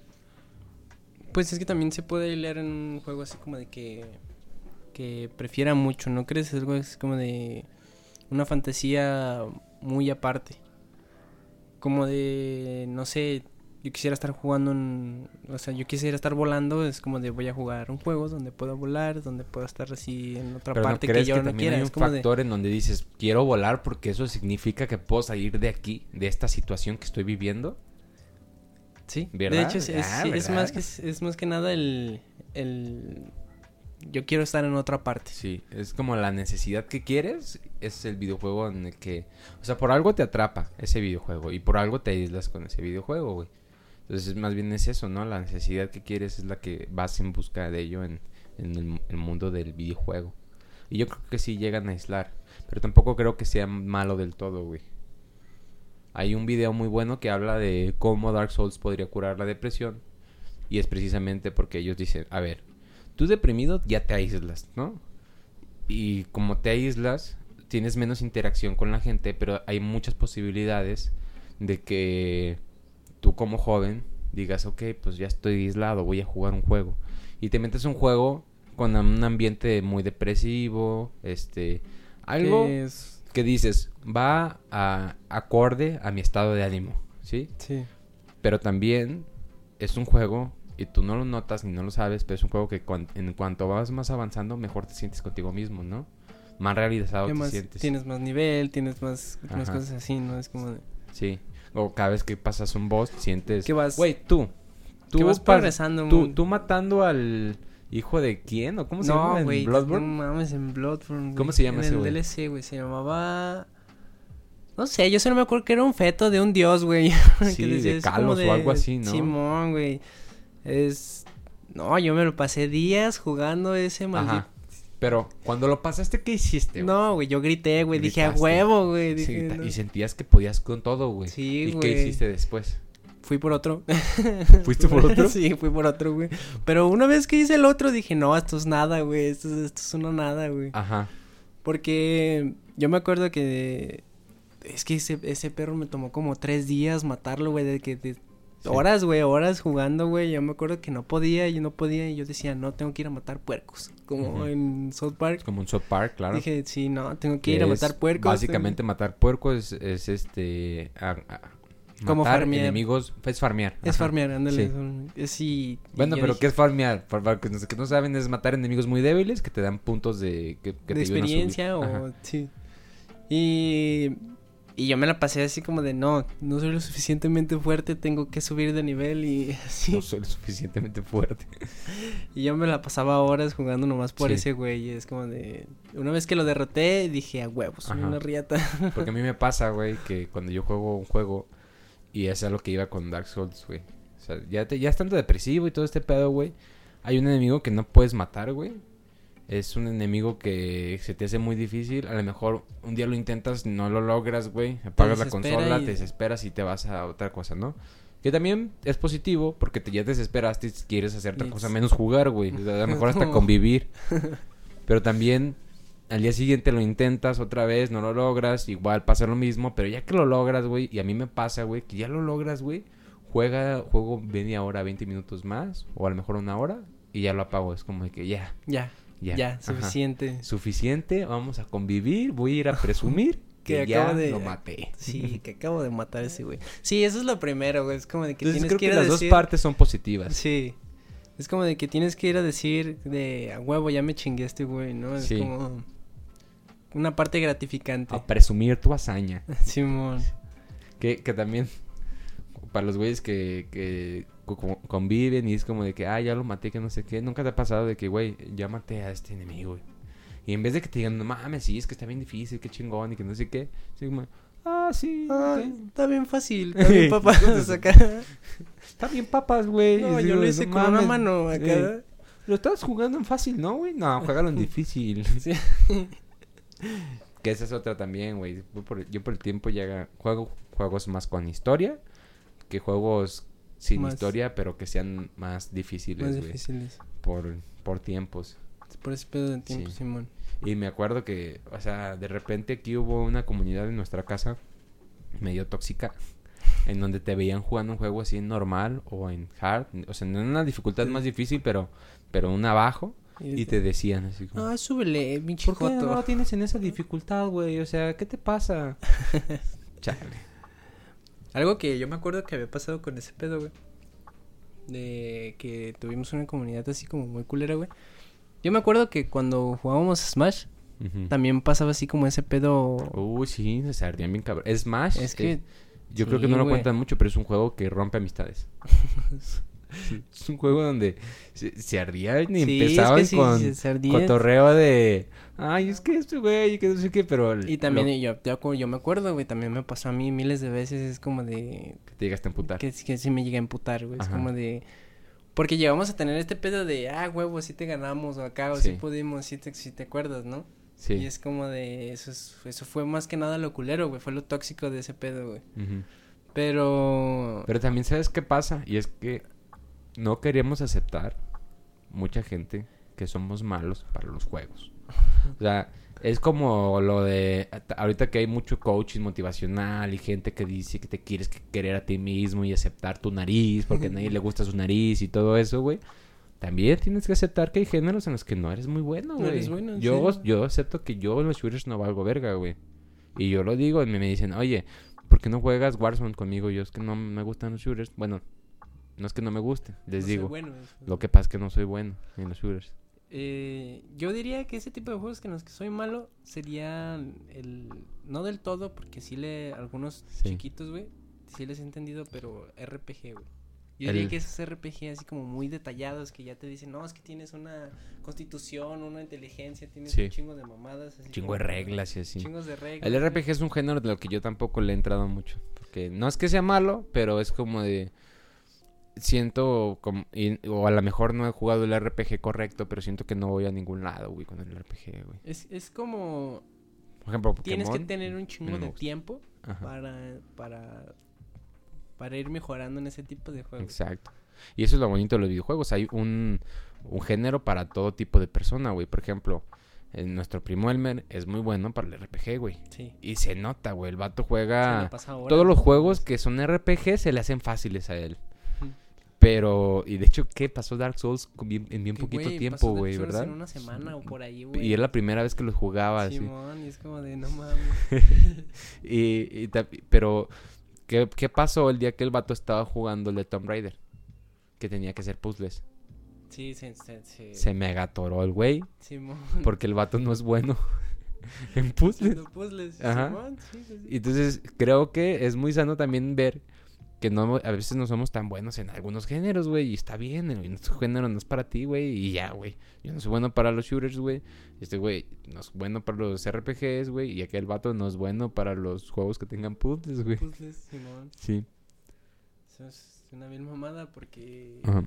Pues es que también se puede leer en un juego así como de que que prefiera mucho, ¿no crees? Algo es como de una fantasía muy aparte. Como de, no sé, yo quisiera estar jugando en, o sea, yo quisiera estar volando, es como de voy a jugar un juego donde pueda volar, donde pueda estar así en otra Pero parte ¿no que crees yo que no también quiera, hay es un como de factor en donde dices, quiero volar porque eso significa que puedo salir de aquí, de esta situación que estoy viviendo? sí, ¿Verdad? de hecho es, es, Ah, sí, es ¿verdad? más que es más que nada el el yo quiero estar en otra parte. Sí, es como la necesidad que quieres, es el videojuego en el que... O sea, por algo te atrapa ese videojuego y por algo te aíslas con ese videojuego, güey. Entonces, más bien es eso, ¿no? La necesidad que quieres es la que vas en busca de ello en, en el, el mundo del videojuego. Y yo creo que sí llegan a aislar, pero tampoco creo que sea malo del todo, güey. Hay un video muy bueno que habla de cómo Dark Souls podría curar la depresión. Y es precisamente porque ellos dicen, a ver, tú deprimido ya te aíslas, ¿no? Y como te aíslas, tienes menos interacción con la gente, pero hay muchas posibilidades de que tú como joven digas, ok, pues ya estoy aislado, voy a jugar un juego. Y te metes un juego con un ambiente muy depresivo, este, algo ¿Qué es? que dices, va a acorde a mi estado de ánimo, ¿sí? Sí. Pero también es un juego, y tú no lo notas ni no lo sabes, pero es un juego que cuan- en cuanto vas más avanzando, mejor te sientes contigo mismo, ¿no? Más realizado ¿Qué te más? sientes. Tienes más nivel, tienes más, más Ajá. cosas así, ¿no? Es como de... Sí. O cada vez que pasas un boss, sientes... Que vas- Güey, tú. Tú que vas pas- progresando. Tú, muy- tú matando al hijo de quién, ¿o cómo se llama? No, ¿En güey, no Bloodborne? mames, en Bloodborne, güey. ¿Cómo se llama en ese el güey? D L C, güey, se llamaba... No sé, yo solo me acuerdo que era un feto de un dios, güey. Sí, que decía de así como Kalos o algo así, ¿no? Simón, güey. Es... No, yo me lo pasé días jugando ese maldito... Ajá. Pero cuando lo pasaste, ¿qué hiciste, güey? No, güey, yo grité, güey, dije a Gritaste. huevo, güey. Sí, Dije, ta- no. y sentías que podías con todo, güey. Sí, ¿Y güey. qué hiciste después? Fui por otro. ¿Fuiste por otro? Sí, fui por otro, güey. Pero una vez que hice el otro dije, no, esto es nada, güey. Esto, es- esto es una nada, güey. Ajá. Porque yo me acuerdo que... Es que ese, ese perro me tomó como tres días matarlo, güey. De que... De Sí. horas, güey, horas jugando, güey. Yo me acuerdo que no podía, yo no podía. Y yo decía, no, tengo que ir a matar puercos. Como Ujú. en South Park. Como un South Park, claro. Dije, sí, no, tengo que Que ir a es matar puercos. Básicamente matar puercos es, es este... a- a- Como matar farmear. enemigos... Es farmear. Es ajá. farmear, ándale. Sí. son- Es sí. y Bueno, yo pero dije, ¿qué es farmear? Para para que los que no saben, es matar enemigos muy débiles que te dan puntos de... Que, que de te ayudan a subir. experiencia o Ajá. sí. Y y yo me la pasé así como de no, no soy lo suficientemente fuerte, tengo que subir de nivel y así. No soy lo suficientemente fuerte. Y yo me la pasaba horas jugando nomás por Sí. ese güey, y es como de una vez que lo derroté dije, a huevos, soy Ajá. una riata. Porque a mí me pasa, güey, que cuando yo juego un juego... Y es a lo que iba con Dark Souls, güey. O sea, ya, te, ya estando depresivo y todo este pedo, güey. Hay un enemigo que no puedes matar, güey. Es un enemigo que se te hace muy difícil. A lo mejor un día lo intentas, no lo logras, güey. Apagas la desespera consola, y- te desesperas y te vas a otra cosa, ¿no? Que también es positivo porque te ya desesperaste y quieres hacer otra Y cosa es- menos jugar, güey. O sea, a lo mejor hasta No. convivir. Pero también al día siguiente lo intentas otra vez, no lo logras. Igual pasa lo mismo, pero ya que lo logras, güey. Y a mí me pasa, güey, que ya lo logras, güey. Juega, juego media hora, veinte minutos más. O a lo mejor una hora. Y ya lo apago. Es como de que ya, Ya, ya. ya, ajá. suficiente. Suficiente, vamos a convivir. Voy a ir a presumir que, Que ya acabo de- lo maté. Sí, que acabo de matar a ese güey. Sí, eso es lo primero, güey, es como de que Entonces tienes creo que que, ir a las decir dos partes son positivas. Sí. Es como de que tienes que ir a decir de a huevo, ya me chingué a este güey, ¿no? Es Sí. como una parte gratificante. A presumir tu hazaña. Simón. Que, que también, para los güeyes que, que co- co- conviven y es como de que, ah, ya lo maté, que no sé qué. Nunca te ha pasado de que, güey, ya maté a este enemigo, güey. Y en vez de que te digan, no mames, sí, es que está bien difícil, qué chingón y que no sé qué. Así como, ah, sí, Ah, ok. está bien fácil, está bien papá. Entonces, acá. Está bien papas, güey. No, Y yo digo, lo hice no con una mames, mano acá. eh, Lo estabas jugando en fácil, ¿no, güey? No, juégalo en difícil. Sí. Que esa es otra también, güey. Yo por, yo por el tiempo ya juego juegos más con historia que juegos sin Más- historia, pero que sean más difíciles, Más güey. difíciles. Por, por tiempos. Por ese pedo de tiempo, Sí. Simón. Y me acuerdo que, o sea, de repente aquí hubo una comunidad en nuestra casa medio tóxica. En donde te veían jugando un juego así normal o en hard. O sea, en una dificultad Sí. más difícil, pero, pero un abajo. Y te decían así como... Ah, súbele, pinche ¿Por qué joto. no lo tienes en esa dificultad, güey? O sea, ¿qué te pasa? Chale. Algo que yo me acuerdo que había pasado con ese pedo, güey. De que tuvimos una comunidad así como muy culera, güey. Yo me acuerdo que cuando jugábamos Smash, Ujú. también pasaba así como ese pedo. Uy, sí, se ardían bien cabrón. Smash. Es que. eh, yo sí, creo que no lo güey. cuentan mucho, pero es un juego que rompe amistades. Es un juego donde se, se ardían y Sí, es empezaban que sí, con se- se ardían. cotorreo de... Ay, es que este güey, que no sé qué, pero... Y también lo yo, yo, acu- yo me acuerdo, güey, también me pasó a mí miles de veces. Es como de. que te llegaste a emputar. Que, que sí me llega a emputar, güey. Es Ajá. como de. Porque llegamos a tener este pedo de, ah, huevo, sí te ganamos, o acá, o sí, Sí. pudimos, sí te, sí te acuerdas, ¿no? Sí. Y es como de, eso es, eso fue más que nada lo culero, güey, fue lo tóxico de ese pedo, güey. Ujú. Pero, Pero también sabes qué pasa. Y es que no queríamos aceptar mucha gente que somos malos para los juegos. O sea, es como lo de... Ahorita que hay mucho coaching motivacional y gente que dice que te quieres que querer a ti mismo y aceptar tu nariz porque a nadie le gusta su nariz y todo eso, güey. también tienes que aceptar que hay géneros en los que no eres muy bueno, güey. No eres bueno, yo, sí. yo acepto que yo en los shooters no valgo verga, güey. Y yo lo digo y me, me dicen, oye, ¿por qué no juegas Warzone conmigo? Yo es que no me gustan los shooters. Bueno, no es que no me gusten, les No soy digo. bueno, Lo que pasa es que no soy bueno en los shooters. Eh, yo diría que ese tipo de juegos que en los que soy malo serían el... No del todo, porque sí le... Algunos Sí. chiquitos, güey, sí les he entendido, pero R P G, güey. Yo El- diría que esos R P G así como muy detallados que ya te dicen, no, es que tienes una constitución, una inteligencia, tienes Sí. un chingo de mamadas. Así Chingo como- de reglas y así. Chingos de reglas. El R P G güey. es un género de lo que yo tampoco le he entrado mucho. Porque no es que sea malo, pero es como de... Siento como... y- o a lo mejor no he jugado el R P G correcto, pero siento que no voy a ningún lado, güey, con el R P G, güey. Es, es como... Por ejemplo, Pokémon. Tienes que tener un chingo me de gusta. tiempo Ajá, para, para, para ir mejorando en ese tipo de juegos. exacto. Y eso es lo bonito de los videojuegos. Hay un, un género para todo tipo de persona, güey. Por ejemplo, eh, nuestro primo Elmer es muy bueno para el R P G, güey. Sí. Y se nota, güey. El vato Se juega... le pasa horas, Todos los ¿no? juegos que son R P G se le hacen fáciles a él. Ujú. Pero, y de hecho, ¿qué? Pasó Dark Souls con bien- en bien Que, poquito güey, tiempo, pasó Dark güey, Souls ¿verdad? En una semana o por ahí, güey. Y es la primera vez que los jugaba, así. Simón, y es como de, no mames. y, y ta- pero, ¿qué, ¿qué pasó el día que el vato estaba jugando el de Tomb Raider? Que tenía que hacer puzzles. Sí, se, se, se- Se me agatoró el güey, Simón. porque el vato no es bueno en puzzles. Haciendo puzzles. Ajá. Simón, sí, sí, sí. Y entonces, creo que es muy sano también ver que no a veces no somos tan buenos en algunos géneros, güey, y está bien, en este género no es para ti, güey, y ya, güey. Yo no soy bueno para los shooters, güey. Este güey no es bueno para los R P Gs, güey, y aquel vato no es bueno para los juegos que tengan puzzles, güey. Puzzles, Simón. Sí. Eso es una bien mamada porque Ajá.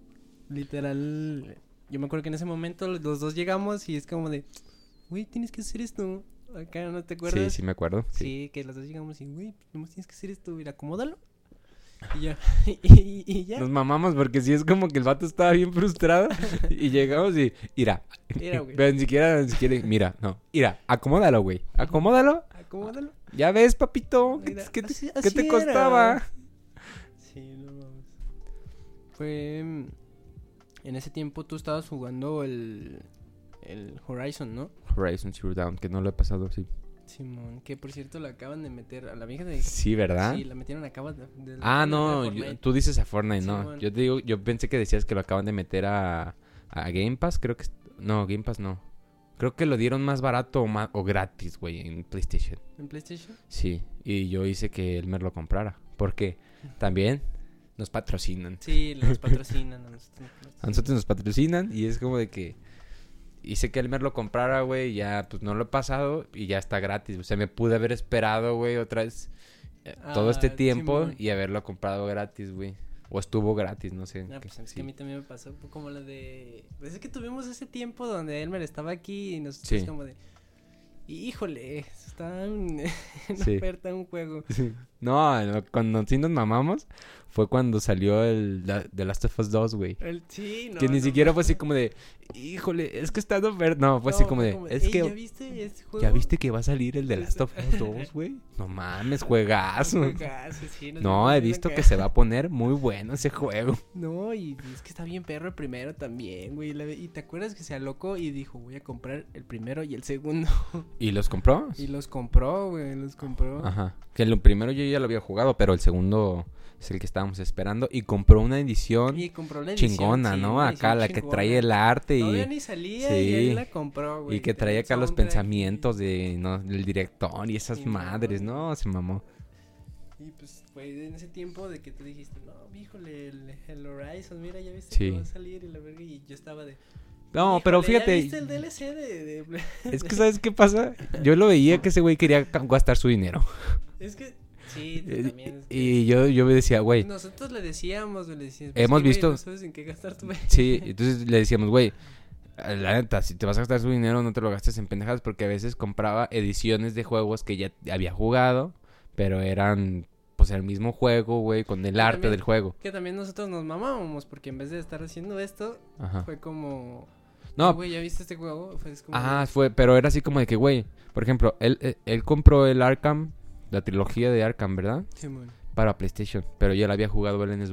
literal, yo me acuerdo que en ese momento los los dos llegamos y es como de, güey, tienes que hacer esto. Acá, ¿no te acuerdas? Sí, sí me acuerdo. Sí. Sí, que los dos llegamos y, güey, nomás tienes que hacer esto, mira, acomódalo. Y ya, y, y ya. Nos mamamos porque sí es como que el vato estaba bien frustrado y llegamos y, mira, Mira, güey. pero ni siquiera, ni siquiera, mira, no, mira, acomódalo, güey, acomódalo. Acomódalo. Ya ves, papito, ¿qué, Mira, qué te, así- qué así te era. costaba? Sí, no mames. Fue... mm, En ese tiempo tú estabas jugando el... El Horizon, ¿no? Horizon Zero Dawn, que no lo he pasado, sí. Simón, que por cierto la acaban de meter a la vieja de... Sí, ¿verdad? Sí, la metieron acaba de... de- Ah, de no, Fortnite. yo- tú dices a Fortnite, no. Simón. Yo te digo, yo pensé que decías que lo acaban de meter a, a Game Pass, creo que... es- No, Game Pass no. Creo que lo dieron más barato o, más, o gratis, güey, en PlayStation. ¿En PlayStation? Sí, y yo hice que Elmer lo comprara. Porque también nos patrocinan. Sí, los patrocinan a nosotros. A nosotros nos patrocinan y es como de que hice que Elmer lo comprara, güey, y ya pues no lo he pasado y ya está gratis. O sea, me pude haber esperado, güey, otra vez eh, todo este Ah, tiempo Simón. y haberlo comprado gratis, güey. O estuvo gratis, no sé. Ah, que- pues es sí. que a mí también me pasó como la de... Pues es que tuvimos ese tiempo donde Elmer estaba aquí y nos Sí. es como de... Híjole, está en en Sí. oferta un juego. No, no, cuando sí nos mamamos fue cuando salió el la, The Last of Us dos, güey. El, sí, no, que ni no, siquiera no. fue así como de, híjole, es que está en oferta. No, fue así No, como fue de, es "Ey, que... ¿ya viste este juego? ¿Ya viste que va a salir el The Last Este- of Us dos, güey? No mames, juegazo. Juegazo, sí, nos No, dimos he bien visto acá. que se va a poner muy bueno ese juego. No, y es que está bien perro el primero también, güey. la- Y te acuerdas que se alocó y dijo, voy a comprar el primero y el segundo. ¿Y los compró? Y los compró, güey, los compró. Ajá. Que el primero yo ya lo había jugado, pero el segundo es el que estábamos esperando. Y compró una edición Y compró la edición, chingona, sí, ¿no? una Acá edición la que chingona. trae el arte Todavía y, ni salía sí. y él la compró, güey. y que trae acá los soundtrack pensamientos de, ¿no? del director y esas Sí, madres, no. ¿no? Se mamó. Y pues fue en ese tiempo de que tú dijiste, no, híjole, el, el Horizon, mira, ya viste Sí. que va a salir y la verga. Y yo estaba de... No, pero "Híjole, ¿ya fíjate, viste el D L C de, de- es que ¿sabes qué pasa? Yo lo veía que ese güey quería ca- gastar su dinero. Es que, sí, tú Eh, también. es que- Y yo, yo me decía, güey, Nosotros le decíamos, le decíamos, Hemos "Es que, güey, visto- no sabes en qué gastar tu sí, entonces le decíamos, güey, la neta, si te vas a gastar su dinero, no te lo gastes en pendejadas, porque a veces compraba ediciones de juegos que ya había jugado, pero eran, pues, el mismo juego, güey, con el Ah, arte también. del juego. Que también nosotros nos mamábamos, porque en vez de estar haciendo esto, Ajá. fue como... No, güey, ¿ya viste este juego? Fue es como... ajá, fue, pero era así como de que, güey, por ejemplo, él, él, él compró el Arkham, la trilogía de Arkham, ¿verdad? Simón. Para PlayStation, pero ya la había jugado él en Xbox.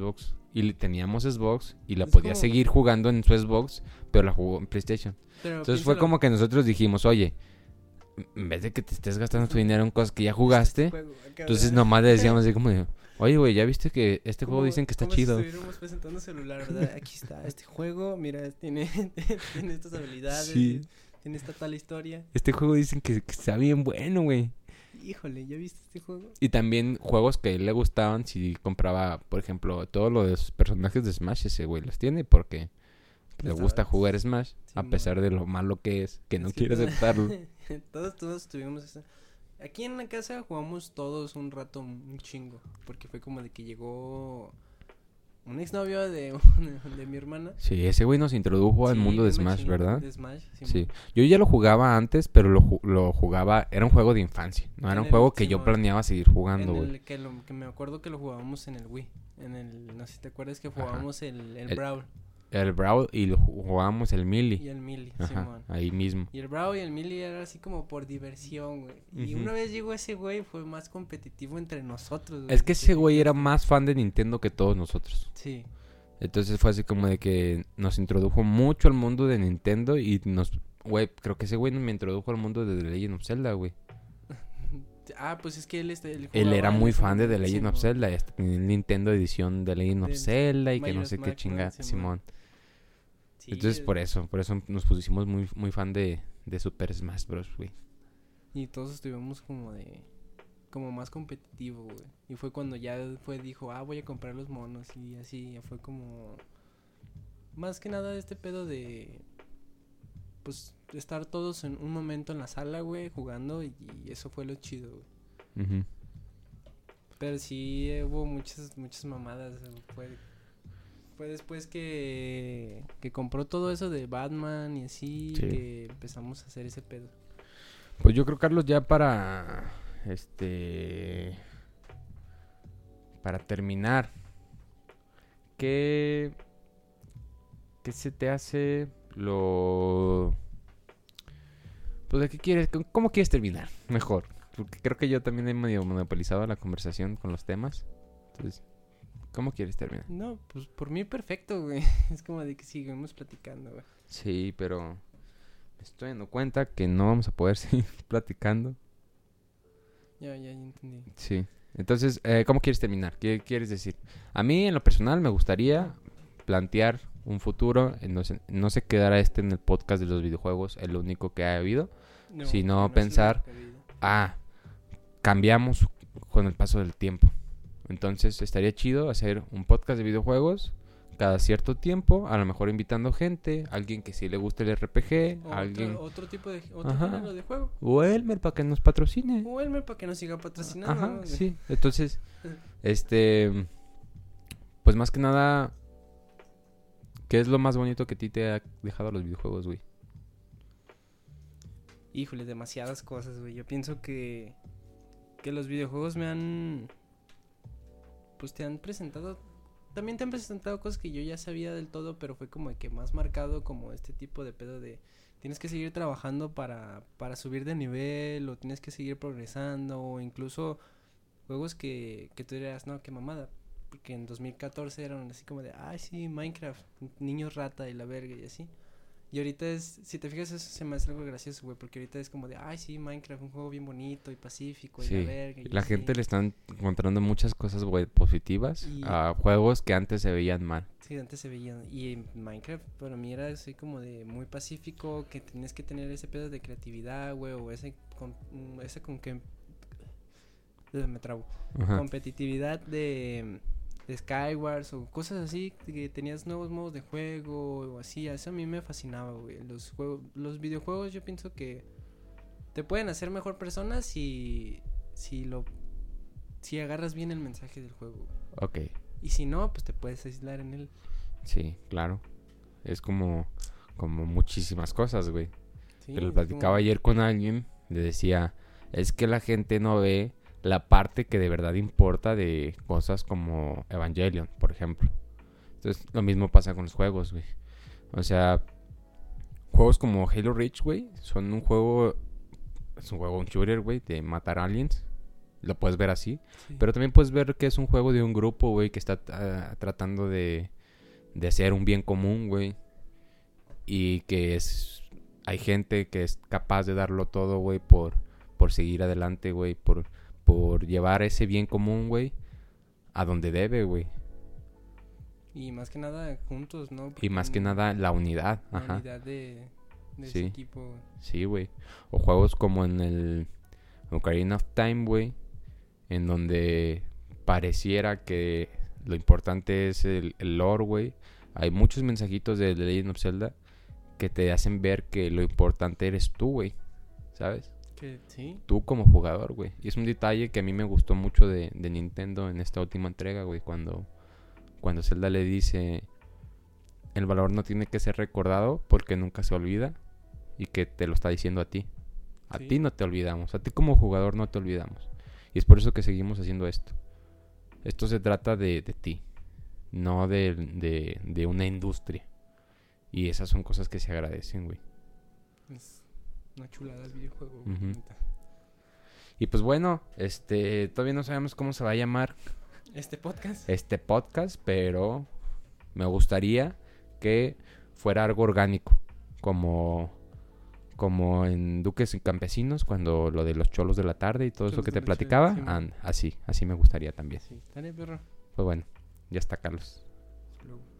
y le- teníamos Xbox y la Es podía como- seguir jugando en su Xbox, pero la jugó en PlayStation. Pero Entonces fue piénsalo, como que nosotros dijimos, oye, en vez de que te estés gastando tu dinero en cosas que ya este jugaste, juego acá, entonces ¿verdad? nomás le decíamos así como de, oye, güey, ¿ya viste que este juego Como- dicen que está como chido? Si estuviéramos presentando celular, ¿verdad? Aquí está este juego, mira, tiene, tiene estas habilidades, Sí. tiene esta tal historia. Este juego dicen que, que está bien bueno, güey. Híjole, ¿ya viste este juego? Y también juegos que a él le gustaban, si compraba, por ejemplo, todos los personajes de Smash, ese güey los tiene porque le Estaba- gusta jugar Smash, a Simón. pesar de lo malo que es, que no Es que quiere todo- aceptarlo. todos, todos tuvimos esa. Aquí en la casa jugamos todos un rato un chingo. Porque fue como de que llegó un exnovio de, de mi hermana. Sí, ese güey nos introdujo al Sí, mundo de bien Smash, machín, ¿verdad? De Smash, Sí. Simón. Yo ya lo jugaba antes, pero lo, ju- lo jugaba, era un juego de infancia, no era En un el- juego que yo Simón. planeaba seguir jugando, En güey. el que, lo, que me acuerdo que lo jugábamos en el Wii. En el, no sé si te acuerdas que Ajá. jugábamos el, el El- Brawl El Brawl y lo ju- jugábamos el Melee. y el Melee, Ajá, Simón. ahí mismo. Y el Brawl y el Melee era así como por diversión, güey. Y Ujú. una vez llegó ese güey, fue más competitivo entre nosotros. Es que ese güey era más más fan de Nintendo que todos nosotros. Sí. Entonces fue así como de que nos introdujo mucho al mundo de Nintendo y nos... Güey, creo que ese güey me introdujo al mundo de The Legend of Zelda, güey. Ah, pues es que él, este, él, Él jugaba era en muy ese fan de The momento, Legend of Simón. Zelda y hasta tenía el Nintendo edición de Legend of Del Zelda y que no Majora's sé qué Mask, ¿no? chinga, Simón. Simón. Sí, Entonces eh, por eso, por eso nos pusimos muy, muy fan de, de Super Smash Bros, güey. Y todos estuvimos como de... Como más competitivo, güey. Y fue cuando ya fue, dijo, ah, voy a comprar los monos. Y así, fue como... Más que nada este pedo de... Pues estar todos en un momento en la sala, güey, jugando. Y, y eso fue lo chido, güey. Ujú. Pero sí eh, hubo muchas, muchas mamadas. eh, Fue, fue después que, que compró todo eso de Batman y así, Sí. que empezamos a hacer ese pedo. Pues yo creo, Carlos, ya para... Este... Para terminar. ¿Qué... ¿Qué se te hace lo... Pues de qué quieres... c- ¿Cómo quieres terminar? Mejor. Porque creo que yo también he medio monopolizado la conversación con los temas. Entonces, ¿cómo quieres terminar? No, pues por mí perfecto, güey. Es como de que sigamos platicando, güey. Sí, pero... Me estoy dando cuenta que no vamos a poder seguir platicando. Ya, ya, ya entendí. Sí. Entonces, eh, ¿cómo quieres terminar? ¿Qué quieres decir? A mí, en lo personal, me gustaría plantear un futuro. En no, se, no se quedara este en el podcast de los videojuegos, el único que ha habido. Si no, que es pensar- lo que ha habido. Ah, cambiamos con el paso del tiempo. Entonces, estaría chido hacer un podcast de videojuegos cada cierto tiempo, a lo mejor invitando gente, alguien que sí le guste el R P G, O alguien... otro, otro tipo de... Otro Ajá. género de juego. O Elmer para que nos patrocine. O Elmer para que nos siga patrocinando. Ajá, ¿no? sí. Entonces, este, pues más que nada, ¿qué es lo más bonito que a ti te ha dejado los videojuegos, güey? Híjole, demasiadas cosas, güey. Yo pienso que... Que los videojuegos me han... Pues te han presentado... También te han presentado cosas que yo ya sabía del todo, pero fue como que más marcado como este tipo de pedo de... Tienes que seguir trabajando para, para subir de nivel, o tienes que seguir progresando, o incluso juegos que, que tú dirás, no, qué mamada. Porque en dos mil catorce eran así como de, ay, sí, Minecraft, niños rata y la verga y así. Y ahorita es, si te fijas, eso se me hace algo gracioso, güey, porque ahorita es como de, ay, sí, Minecraft, un juego bien bonito y pacífico y Sí, la verga. Y la así. gente le están encontrando muchas cosas, güey, positivas Y- a juegos que antes se veían mal. Sí, antes se veían. Y en Minecraft para mí era así como de muy pacífico, que tenías que tener ese pedo de creatividad, güey, o ese con, mm, ese con que... eh, Me trabo. Ajá. Competitividad de, de Skywars o cosas así, que tenías nuevos modos de juego o así. Eso a mí me fascinaba, güey. Los juegos, los videojuegos yo pienso que te pueden hacer mejor persona si, si lo... Si agarras bien el mensaje del juego. Ok, Y si no, pues te puedes aislar en él. sí, claro. Es como, como muchísimas cosas, güey. Sí, Que lo es platicaba como- ayer con alguien, le decía, es que la gente no ve la parte que de verdad importa de cosas como Evangelion, por ejemplo. Entonces, lo mismo pasa con los juegos, güey. O sea, juegos como Halo Reach, güey, son un juego, es un juego, un shooter, güey, de matar aliens. lo puedes ver así. Sí. Pero también puedes ver que es un juego de un grupo, güey, que está uh, tratando de, de hacer un bien común, güey. Y que es... Hay gente que es capaz de darlo todo, güey, por, por seguir adelante, güey. Por, por llevar ese bien común, güey, a donde debe, güey. Y más que nada juntos, ¿no? Y más que Un- nada la unidad, La ajá. unidad de, de Sí. ese equipo, güey. Sí, güey. O juegos como en el Ocarina of Time, güey. En donde pareciera que lo importante es el, el lore, güey. Hay muchos mensajitos de The Legend of Zelda que te hacen ver que lo importante eres tú, güey. ¿Sabes? Que sí. Tú como jugador, güey. Y es un detalle que a mí me gustó mucho de, de Nintendo en esta última entrega, güey. Cuando, cuando Zelda le dice... El valor no tiene que ser recordado porque nunca se olvida. Y que te lo está diciendo a ti. A Sí. ti no te olvidamos. A ti como jugador no te olvidamos. Y es por eso que seguimos haciendo esto. Esto se trata de, de ti. No de, de, de una industria. Y esas son cosas que se agradecen, güey. Es una chulada el videojuego, güey, Ujú. neta. Y pues bueno, este... Todavía no sabemos cómo se va a llamar Este podcast. este podcast. Pero me gustaría que fuera algo orgánico. Como... Como en Duques y Campesinos, cuando lo de los cholos de la tarde y todo eso Cholos que de te la platicaba. tarde, sí, man. and- así, así me gustaría también. Sí, dale, perro. Pues bueno, ya está, Carlos. Hasta luego.